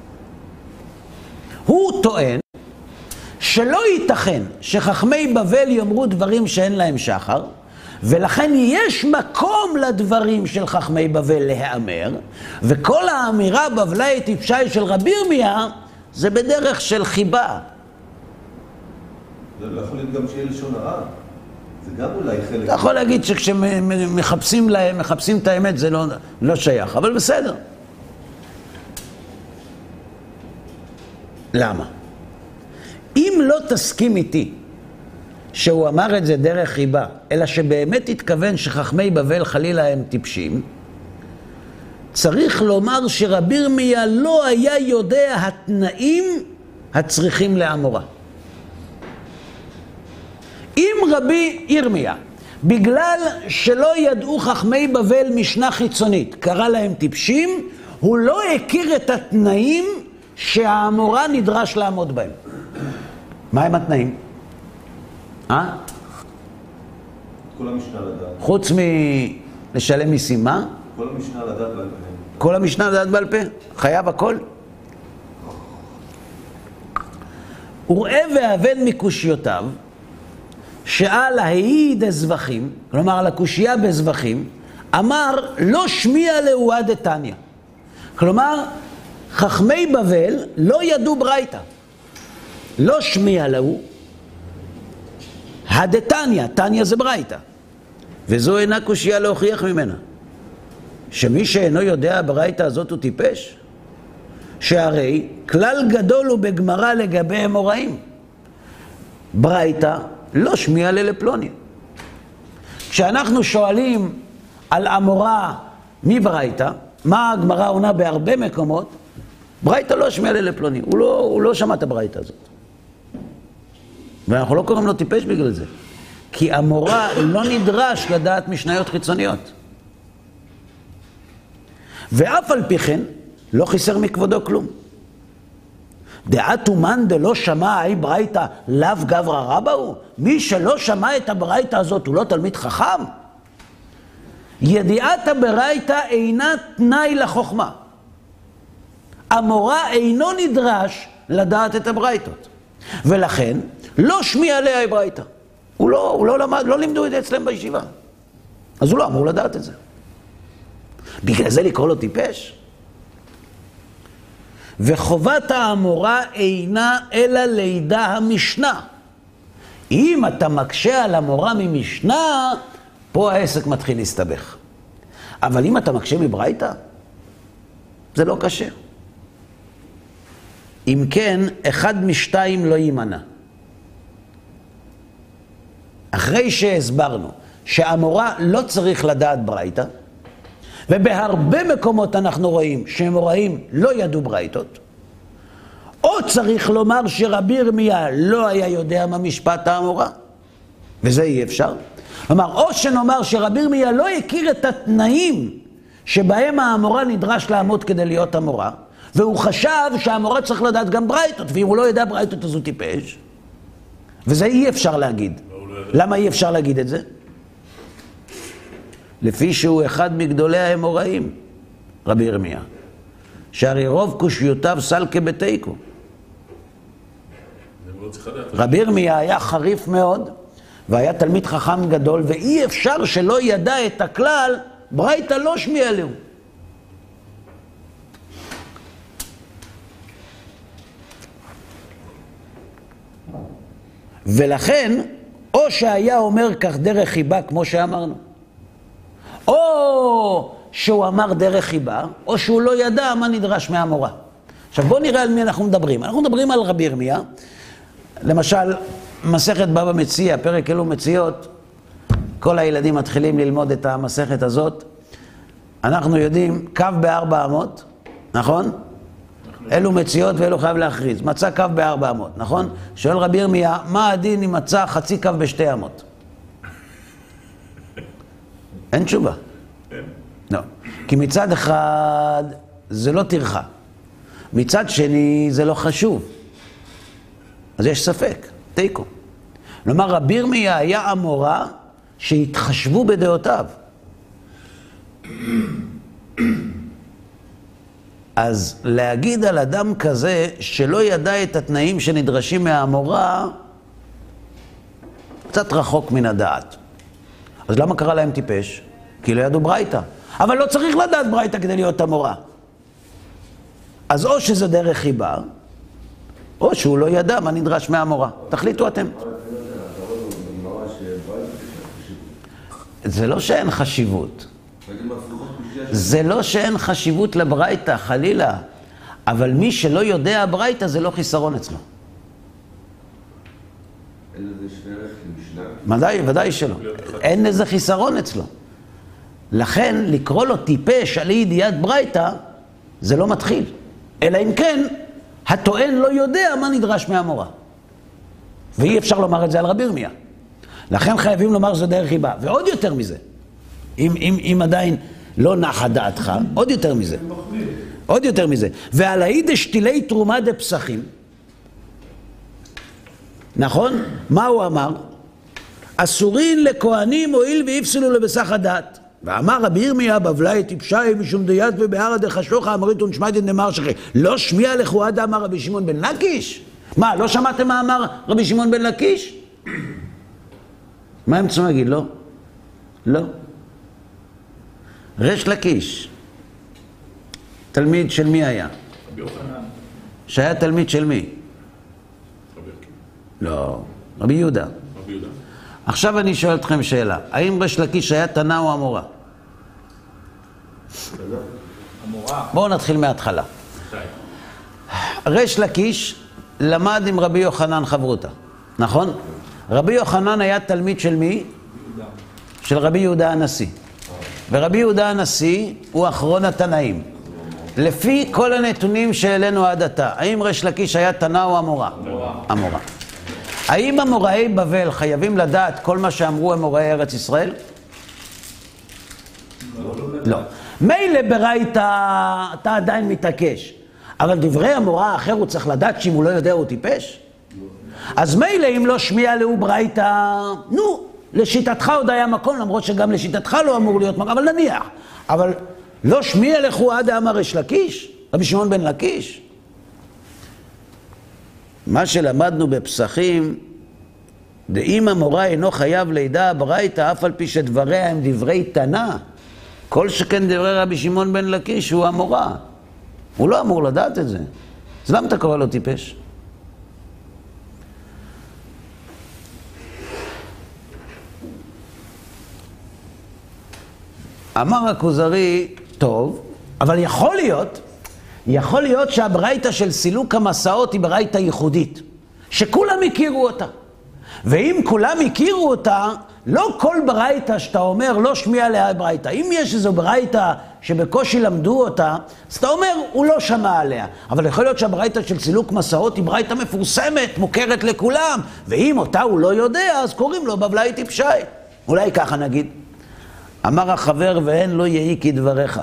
הוא טוען שלא ייתכן שחכמי בבל יאמרו דברים שאין להם שחר, ולכן יש מקום לדברים של חכמי בבל להיאמר, וכל האמירה בבלי טיפשי של רבי ירמיה זה בדרך של חיבה. זה לא יכול להיות גם שיהיה לשון הרע. זה גם אולי חלק... אתה יכול להגיד שכשמחפשים להם, מחפשים את האמת, זה לא, לא שייך, אבל בסדר. למה? אם לא תסכים איתי שהוא אמר את זה דרך חיבה, אלא שבאמת התכוון שחכמי בבל חלילה הם טיפשים, צריך לומר שרבי ירמיה לא היה יודע התנאים הצריכים לאמורה. אם רבי ירמיה, בגלל שלא ידעו חכמי בבל משנה חיצונית, קרא להם טיפשים, הוא לא הכיר את התנאים שהאמורה נדרש לעמוד בהם. מה הם התנאים? אה? כל המשנה לדעת. חוץ מלשלם מיסים, מה? כל המשנה לדעת בעל פה. כל המשנה לדעת בעל פה? חייב הכל? וראה והבן מקושיותיו, שעל ההעיד הזבחים, כלומר על הקושייה בזבחים, אמר לא שמיע להוא דתניא. כלומר, חכמי בבל לא ידעו ברייתא. לא שמיע להוא הדתניא, תניא זה ברייתא. וזו אינה קושייה להוכיח ממנה. שמי שאינו יודע ברייתא הזאת הוא טיפש. שהרי כלל גדול הוא בגמרא לגבי אמוראים. ברייתא לא שמיע לה לפלוני. כשאנחנו שואלים על אמורה מברייתא, מה הגמרא עונה בהרבה מקומות, ברייתא לא שמיע לה לפלוני. הוא לא, הוא לא שמע את הברייתא הזאת. ואנחנו לא קוראים לו טיפש בגלל זה. כי אמורה לא נדרש לדעת משניות חיצוניות. ואף על פי כן, לא חיסר מכבודו כלום. דעת אומן דלא שמע אי ברייתא לאו גברא רבא הוא? מי שלא שמע את הברייתא הזאת הוא לא תלמיד חכם? ידיעת הברייתא אינה תנאי לחוכמה. אמורה אינו נדרש לדעת את הברייתות. ולכן לא שמיע עליה אי ברייתא. הוא לא, הוא לא למד, לא לימדו את זה אצלם בישיבה. אז הוא לא אמור לדעת את זה. בגלל זה לקרוא לו טיפש? וחובת האמורה אינה אלא לידע המשנה. אם אתה מקשה על אמורה ממשנה, פה העסק מתחיל להסתבך. אבל אם אתה מקשה מברייתא, זה לא קשה. אם כן, אחד משתיים לא יימנע. אחרי שהסברנו שאמורה לא צריך לדעת ברייתא, ובהרבה מקומות אנחנו רואים שאמוראים לא ידעו ברייתות, או צריך לומר שרבי ירמיה לא היה יודע מה משפט האמורה, וזה אי אפשר. כלומר, או שנאמר שרבי ירמיה לא הכיר את התנאים שבהם האמורה נדרש לעמוד כדי להיות אמורה, והוא חשב שהאמורה צריך לדעת גם ברייתות, ואם הוא לא ידע ברייתות אז הוא טיפש. וזה אי אפשר להגיד. למה אי אפשר להגיד את זה? לפי שהוא אחד מגדולי האמוראים, רבי ירמיה, שהרי רוב קושיותיו סלקה בתיקו. רבי ירמיה היה חריף מאוד, והיה תלמיד חכם גדול, ואי אפשר שלא ידע את הכלל, ברייתא לא שמיע לו. ולכן, או שהיה אומר כך דרך חיבה, כמו שאמרנו, או שהוא אמר דרך חיבה, או שהוא לא ידע מה נדרש מהאמורה. עכשיו בואו נראה על מי אנחנו מדברים. אנחנו מדברים על רבי ירמיה, למשל, מסכת בבא מציעא, פרק אלו מציאות, כל הילדים מתחילים ללמוד את המסכת הזאת. אנחנו יודעים, קו בארבע אמות, נכון? אלו מציאות ואלו חייב להכריז. מצא קו בארבע אמות, נכון? שואל רבי ירמיה, מה הדין אם מצא חצי קו בשתי אמות? אין תשובה. לא. כי מצד אחד זה לא טרחה. מצד שני זה לא חשוב. אז יש ספק, תיקו. כלומר, רבי ירמיה היה אמורה שהתחשבו בדעותיו. אז להגיד על אדם כזה שלא ידע את התנאים שנדרשים מהאמורה, קצת רחוק מן הדעת. אז למה קרא להם טיפש? כי לא ידעו ברייתא. אבל לא צריך לדעת ברייתא כדי להיות אמורה. אז או שזה דרך חיבה, או שהוא לא ידע מה נדרש מהאמורה. תחליטו אתם. זה לא שאין חשיבות. זה לא שאין חשיבות לברייתא, חלילה. אבל מי שלא יודע ברייתא זה לא חיסרון אצלו. אין לזה שני ערך למשנה? ודאי, ודאי שלא. אין לזה חיסרון אצלו. לכן לקרוא לו טיפש על ידיעת ברייתא זה לא מתחיל. אלא אם כן, הטוען לא יודע מה נדרש מהאמורה. ואי אפשר לומר את זה על רבי ירמיה. לכן חייבים לומר שזה דרך חיבה. ועוד יותר מזה, אם, אם, אם עדיין לא נחה דעתך, עוד יותר מזה. עוד יותר מזה. ועל העיד שתילי תרומה דפסחים, נכון? מה הוא אמר? אסורין לכהנים הועיל ויפסלו לבסח הדת. ואמר רבי ירמיה בבלי טיפשי משום דיית ובהר דחשוכה אמרית ונשמעתי דמר שכי. לא שמיע לכו עד אמר רבי שמעון בן לקיש? מה, לא שמעתם מה אמר רבי שמעון בן לקיש? מה הם צריכים להגיד? לא. לא. ריש לקיש. תלמיד של מי היה? רבי יוחנן. שהיה תלמיד של מי? רבי לא. רבי יהודה. רבי יהודה. עכשיו אני שואל אתכם שאלה. האם ריש לקיש היה תנא או אמורה? אמורה. בואו נתחיל מההתחלה. ריש לקיש למד עם רבי יוחנן חברותא. נכון? רבי יוחנן היה תלמיד של מי? יהודה. של רבי יהודה הנשיא. ורבי יהודה הנשיא הוא אחרון התנאים. לפי כל הנתונים שהעלינו עד עתה, האם ריש לקיש היה תנא או אמורה? אמורה. אמורה. האם אמוראי בבל חייבים לדעת כל מה שאמרו אמוראי ארץ ישראל? לא. מילא ברייתא אתה עדיין מתעקש, אבל דברי אמורה האחר הוא צריך לדעת שאם הוא לא יודע הוא טיפש? אז מילא אם לא שמיע לו ברייתא, נו, לשיטתך עוד היה מקום, למרות שגם לשיטתך לא אמור להיות מקום, אבל נניח. אבל לא שמיע לכו עד אמר ריש לקיש, רבי שמעון בן לקיש. מה שלמדנו בפסחים, דאם המורה אינו חייב לידע ברייתא, אף על פי שדבריה הם דברי תנא, כל שכן דברי רבי שמעון בן לקיש הוא המורה. הוא לא אמור לדעת את זה. אז למה אתה קורא לו טיפש? אמר הכוזרי, טוב, אבל יכול להיות, יכול להיות שהברייתא של סילוק המסעות היא ברייתא ייחודית, שכולם הכירו אותה. ואם כולם הכירו אותה, לא כל ברייתא שאתה אומר, לא שמיע עליה ברייתא. אם יש איזו ברייתא שבקושי למדו אותה, אז אתה אומר, הוא לא שמע עליה. אבל יכול להיות שהברייתא של סילוק מסעות היא ברייתא מפורסמת, מוכרת לכולם. ואם אותה הוא לא יודע, אז קוראים לו בבלי טיפשי. אולי ככה נגיד. אמר החבר, ואין לא יהי כדבריך.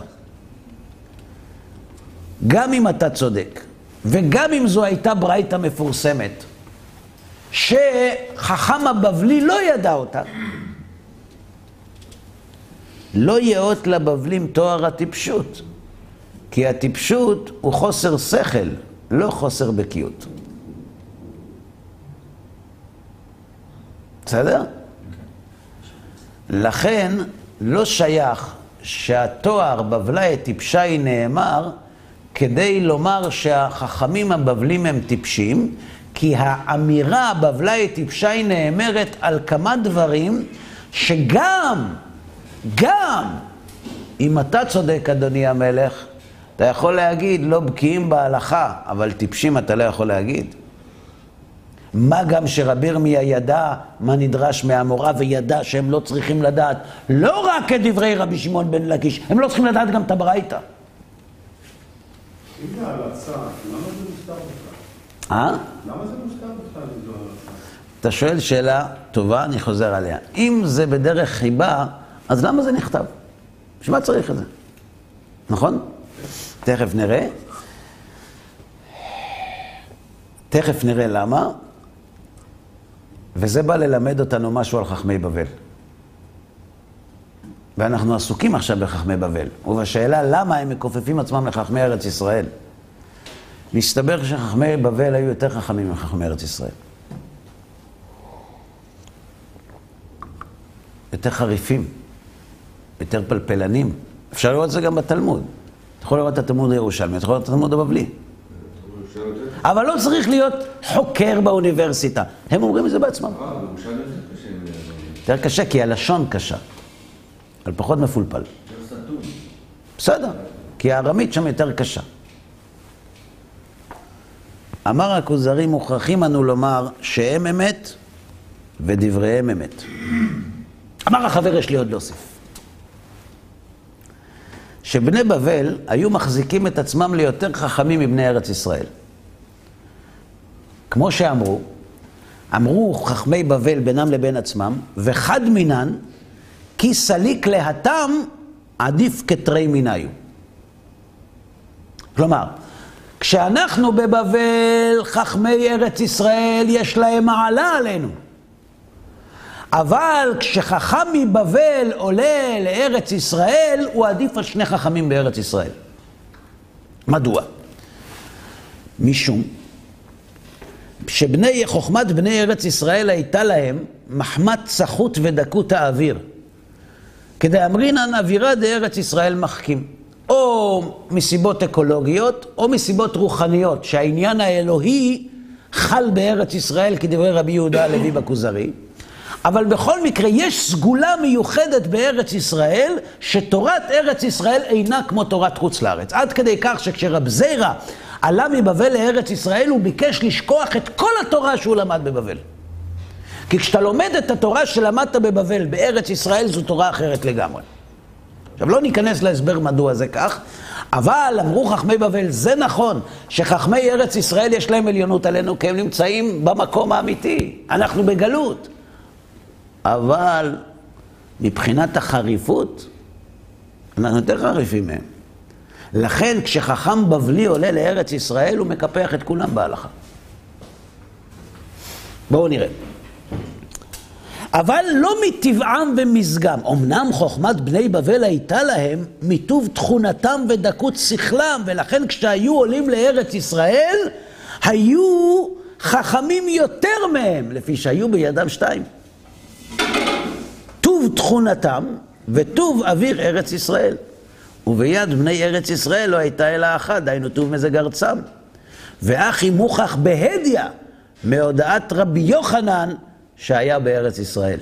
גם אם אתה צודק, וגם אם זו הייתה ברייתא מפורסמת, שחכם הבבלי לא ידע אותה, לא יאות לבבלים תואר הטיפשות, כי הטיפשות הוא חוסר שכל, לא חוסר בקיאות. בסדר? לכן לא שייך שהתואר בבלי טיפשי נאמר כדי לומר שהחכמים הבבלים הם טיפשים, כי האמירה בבלי טיפשי נאמרת על כמה דברים שגם, גם, אם אתה צודק אדוני המלך, אתה יכול להגיד לא בקיאים בהלכה, אבל טיפשים אתה לא יכול להגיד. מה גם שרבי ירמיה ידע מה נדרש מהמורה, וידע שהם לא צריכים לדעת לא רק את דברי רבי שמעון בן לקיש, הם לא צריכים לדעת גם את הברייתא. אם זה הלצה, למה זה מוסתר בכלל? אה? למה זה מוסתר בכלל אם זו הלצה? אתה שואל שאלה טובה, אני חוזר עליה. אם זה בדרך חיבה, אז למה זה נכתב? שמה צריך את זה? נכון? תכף נראה. תכף נראה למה. וזה בא ללמד אותנו משהו על חכמי בבל. ואנחנו עסוקים עכשיו בחכמי בבל. ובשאלה למה הם מכופפים עצמם לחכמי ארץ ישראל. מסתבר שחכמי בבל היו יותר חכמים מחכמי ארץ ישראל. יותר חריפים, יותר פלפלנים. אפשר לראות את זה גם בתלמוד. אתה יכול לראות את התלמוד הירושלמי, אתה יכול לראות את התלמוד הבבלי. אבל לא צריך להיות חוקר באוניברסיטה. הם אומרים את זה בעצמם. אה, בירושלמי זה קשה. יותר קשה כי הלשון קשה. אבל פחות מפולפל. יותר סתום. בסדר, כי הארמית שם יותר קשה. אמר הכוזרי, מוכרחים אנו לומר שהם אמת ודבריהם אמת. אמר החבר, יש לי עוד להוסיף. שבני בבל היו מחזיקים את עצמם ליותר חכמים מבני ארץ ישראל. כמו שאמרו, אמרו חכמי בבל בינם לבין עצמם, וחד מינן, כי סליק להתם עדיף כתרי מיניו. כלומר, כשאנחנו בבבל, חכמי ארץ ישראל, יש להם מעלה עלינו. אבל כשחכם מבבל עולה לארץ ישראל, הוא עדיף על שני חכמים בארץ ישראל. מדוע? משום שבני, חוכמת בני ארץ ישראל הייתה להם מחמת צחות ודקות האוויר. כדי אמרינן אווירה דארץ ישראל מחכים. או מסיבות אקולוגיות, או מסיבות רוחניות, שהעניין האלוהי חל בארץ ישראל, כדברי רבי יהודה הלוי בכוזרי. אבל בכל מקרה יש סגולה מיוחדת בארץ ישראל, שתורת ארץ ישראל אינה כמו תורת חוץ לארץ. עד כדי כך שכשרב זירא עלה מבבל לארץ ישראל, הוא ביקש לשכוח את כל התורה שהוא למד בבבל. כי כשאתה לומד את התורה שלמדת בבבל בארץ ישראל, זו תורה אחרת לגמרי. עכשיו לא ניכנס להסבר מדוע זה כך, אבל אמרו חכמי בבל, זה נכון שחכמי ארץ ישראל יש להם עליונות עלינו, כי הם נמצאים במקום האמיתי, אנחנו בגלות. אבל מבחינת החריפות, אנחנו יותר חריפים מהם. לכן כשחכם בבלי עולה לארץ ישראל, הוא מקפח את כולם בהלכה. בואו נראה. אבל לא מטבעם ומזגם. אמנם חוכמת בני בבל הייתה להם מטוב תכונתם ודקות שכלם, ולכן כשהיו עולים לארץ ישראל, היו חכמים יותר מהם, לפי שהיו בידם שתיים. טוב תכונתם וטוב אוויר ארץ ישראל. וביד בני ארץ ישראל לא הייתה אלא אחת, דיינו טוב מזג ארצם. ואחי מוכח בהדיה מהודעת רבי יוחנן שהיה בארץ ישראל.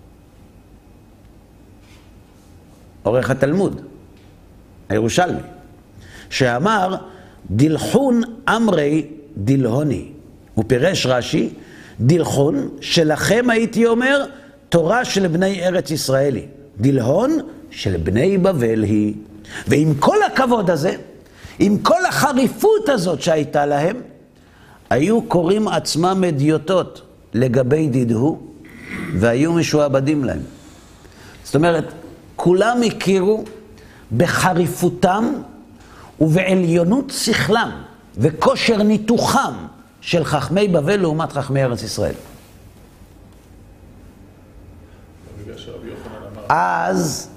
עורך התלמוד, הירושלמי, שאמר דלחון אמרי דלהוני. הוא פירש רש"י, דלחון שלכם הייתי אומר תורה של בני ארץ ישראלי, דלהון של בני בבל היא. ועם כל הכבוד הזה, עם כל החריפות הזאת שהייתה להם, היו קוראים עצמם אדיוטות לגבי דידהו, והיו משועבדים להם. זאת אומרת, כולם הכירו בחריפותם ובעליונות שכלם וכושר ניתוחם של חכמי בבל לעומת חכמי ארץ ישראל. בגלל שרבי יוחנן אמר, אז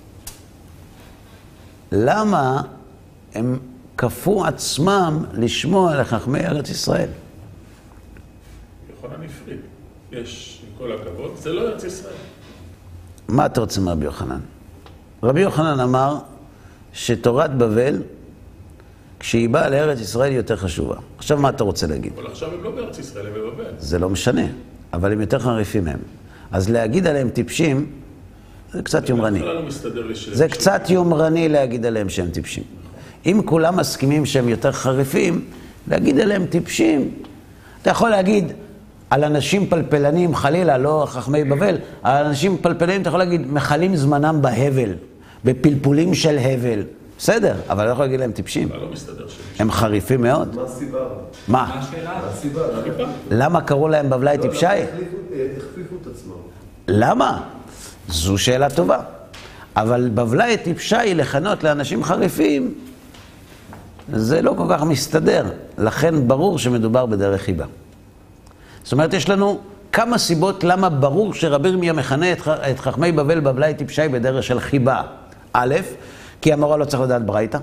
למה הם כפו עצמם לשמוע לחכמי ארץ ישראל? יוחנן הפריד. יש, עם כל הכבוד, זה לא ארץ ישראל. מה אתה רוצה מרבי יוחנן? רבי יוחנן אמר שתורת בבל, כשהיא באה לארץ ישראל, היא יותר חשובה. עכשיו מה אתה רוצה להגיד? אבל עכשיו הם לא בארץ ישראל, הם בבבל. זה לא משנה, אבל הם יותר חריפים מהם. אז להגיד עליהם טיפשים, זה קצת יומרני. בכלל לא מסתדר לי ש... זה קצת יומרני להגיד עליהם שהם טיפשים. אם כולם מסכימים שהם יותר חריפים, להגיד עליהם טיפשים. אתה יכול להגיד על אנשים פלפלנים, חלילה, לא חכמי בבל, על אנשים פלפלנים אתה יכול להגיד, מחלים זמנם בהבל, בפלפולים של הבל. בסדר, אבל לא יכול להגיד להם טיפשים. לא מסתדר שלי. הם חריפים מאוד. מה הסיבה? מה? מה השאלה? מה הסיבה? למה קראו להם בבלי טיפשי? החליפו את עצמם. למה? זו שאלה טובה. אבל בבלי טיפשי לכנות לאנשים חריפים, זה לא כל כך מסתדר. לכן ברור שמדובר בדרך חיבה. זאת אומרת, יש לנו כמה סיבות למה ברור שרבי ירמיה מכנה את, את חכמי בבל בבלי טיפשי בדרך של חיבה. א', כי המורה לא צריך לדעת ברייתא.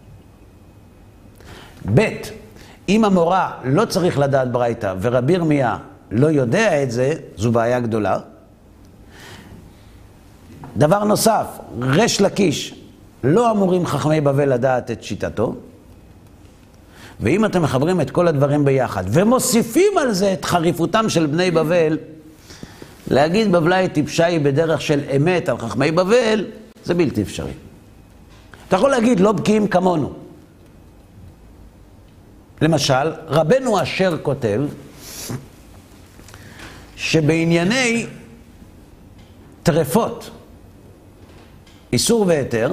ב', אם המורה לא צריך לדעת ברייתא ורבי ירמיה לא יודע את זה, זו בעיה גדולה. דבר נוסף, ריש לקיש, לא אמורים חכמי בבל לדעת את שיטתו. ואם אתם מחברים את כל הדברים ביחד ומוסיפים על זה את חריפותם של בני בבל, להגיד בבלי טיפשי בדרך של אמת על חכמי בבל, זה בלתי אפשרי. אתה יכול להגיד לא בקיאים כמונו. למשל, רבנו אשר כותב שבענייני טרפות, איסור והיתר,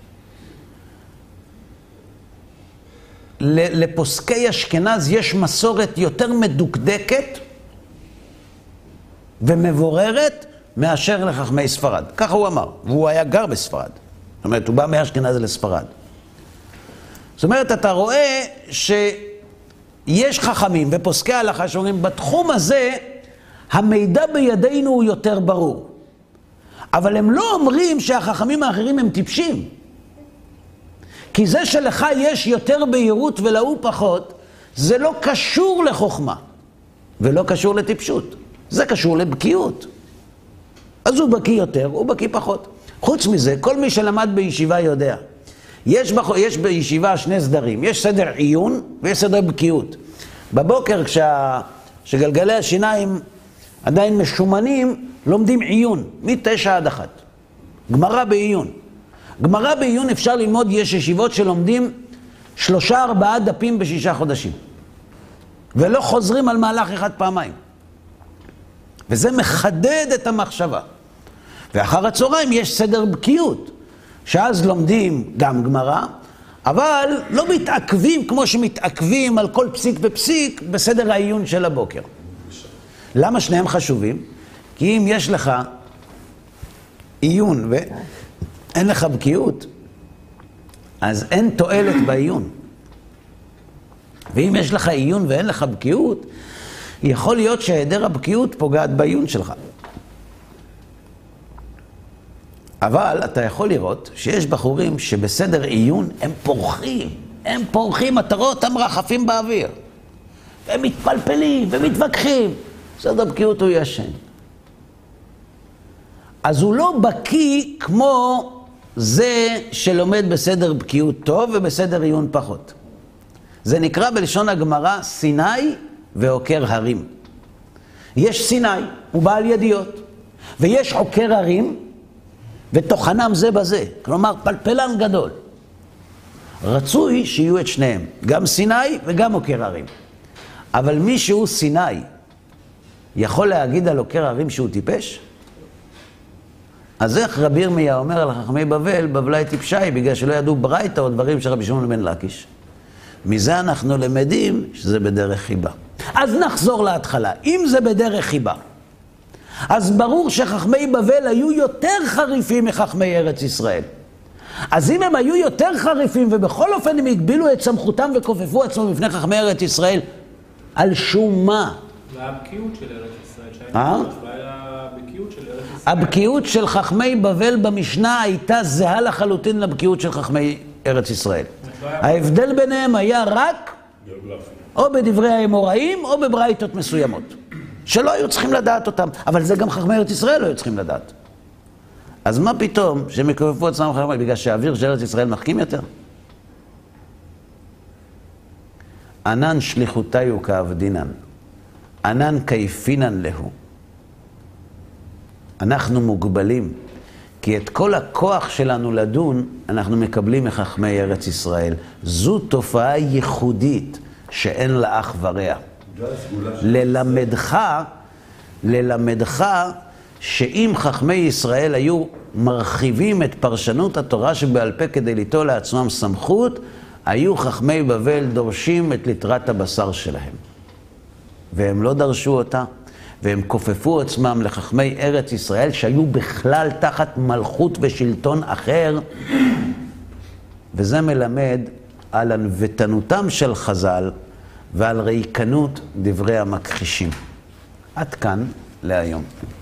לפוסקי אשכנז יש מסורת יותר מדוקדקת ומבוררת מאשר לחכמי ספרד. ככה הוא אמר, והוא היה גר בספרד. זאת אומרת, הוא בא מאשכנז לספרד. זאת אומרת, אתה רואה שיש חכמים ופוסקי הלכה שאומרים, בתחום הזה המידע בידינו הוא יותר ברור. אבל הם לא אומרים שהחכמים האחרים הם טיפשים. כי זה שלך יש יותר בהירות ולהוא פחות, זה לא קשור לחוכמה, ולא קשור לטיפשות. זה קשור לבקיאות. אז הוא בקיא יותר, הוא בקיא פחות. חוץ מזה, כל מי שלמד בישיבה יודע. יש, בח... יש בישיבה שני סדרים. יש סדר עיון ויש סדר בקיאות. בבוקר כשה... שגלגלי השיניים עדיין משומנים, לומדים עיון, מתשע עד אחת. גמרא בעיון. גמרא בעיון אפשר ללמוד, יש ישיבות שלומדים שלושה ארבעה דפים בשישה חודשים. ולא חוזרים על מהלך אחד פעמיים. וזה מחדד את המחשבה. ואחר הצהריים יש סדר בקיאות, שאז לומדים גם גמרא, אבל לא מתעכבים כמו שמתעכבים על כל פסיק ופסיק בסדר העיון של הבוקר. למה שניהם חשובים? כי אם יש לך עיון ואין לך בקיאות, אז אין תועלת בעיון. ואם יש לך עיון ואין לך בקיאות, יכול להיות שהיעדר הבקיאות פוגעת בעיון שלך. אבל אתה יכול לראות שיש בחורים שבסדר עיון הם פורחים, הם פורחים, אתה רואה אותם רחפים באוויר. הם מתפלפלים ומתווכחים. בסדר בקיאות הוא ישן. אז הוא לא בקיא כמו זה שלומד בסדר בקיאות טוב ובסדר עיון פחות. זה נקרא בלשון הגמרא סיני ועוקר הרים. יש סיני, הוא בעל ידיעות, ויש עוקר הרים, ותוכנם זה בזה, כלומר פלפלן גדול. רצוי שיהיו את שניהם, גם סיני וגם עוקר הרים. אבל מי שהוא סיני יכול להגיד על עוקר הרים שהוא טיפש? אז איך רבי ירמיה אומר על חכמי בבל, בבלי טיפשי, בגלל שלא ידעו ברייתא או דברים של רבי שמעון בן לקיש. מזה אנחנו למדים שזה בדרך חיבה. אז נחזור להתחלה. אם זה בדרך חיבה, אז ברור שחכמי בבל היו יותר חריפים מחכמי ארץ ישראל. אז אם הם היו יותר חריפים ובכל אופן הם הגבילו את סמכותם וכופפו עצמם בפני חכמי ארץ ישראל, על שום מה? והבקיאות של ארץ ישראל, אה? הבקיאות של ארץ ישראל. הבקיאות של חכמי בבל במשנה הייתה זהה לחלוטין לבקיאות של חכמי ארץ ישראל. ההבדל ביניהם היה רק גיאוגרפי. או בדברי האמוראים או בברייתות מסוימות, שלא היו צריכים לדעת אותם, אבל זה גם חכמי ארץ ישראל לא היו צריכים לדעת. אז מה פתאום שהם יכופפו עצמם חכמי, בגלל שהאוויר של ארץ ישראל מחכים יותר? ענן שליחותיו כעבדינן, ענן כיפינן להו. אנחנו מוגבלים, כי את כל הכוח שלנו לדון, אנחנו מקבלים מחכמי ארץ ישראל. זו תופעה ייחודית שאין לה אח ורע. ללמדך, ללמדך, שאם חכמי ישראל היו מרחיבים את פרשנות התורה שבעל פה כדי ליטול לעצמם סמכות, היו חכמי בבל דורשים את ליטרת הבשר שלהם. והם לא דרשו אותה, והם כופפו עצמם לחכמי ארץ ישראל שהיו בכלל תחת מלכות ושלטון אחר, וזה מלמד על ענוותנותם של חז"ל ועל ריקנות דברי המכחישים. עד כאן להיום.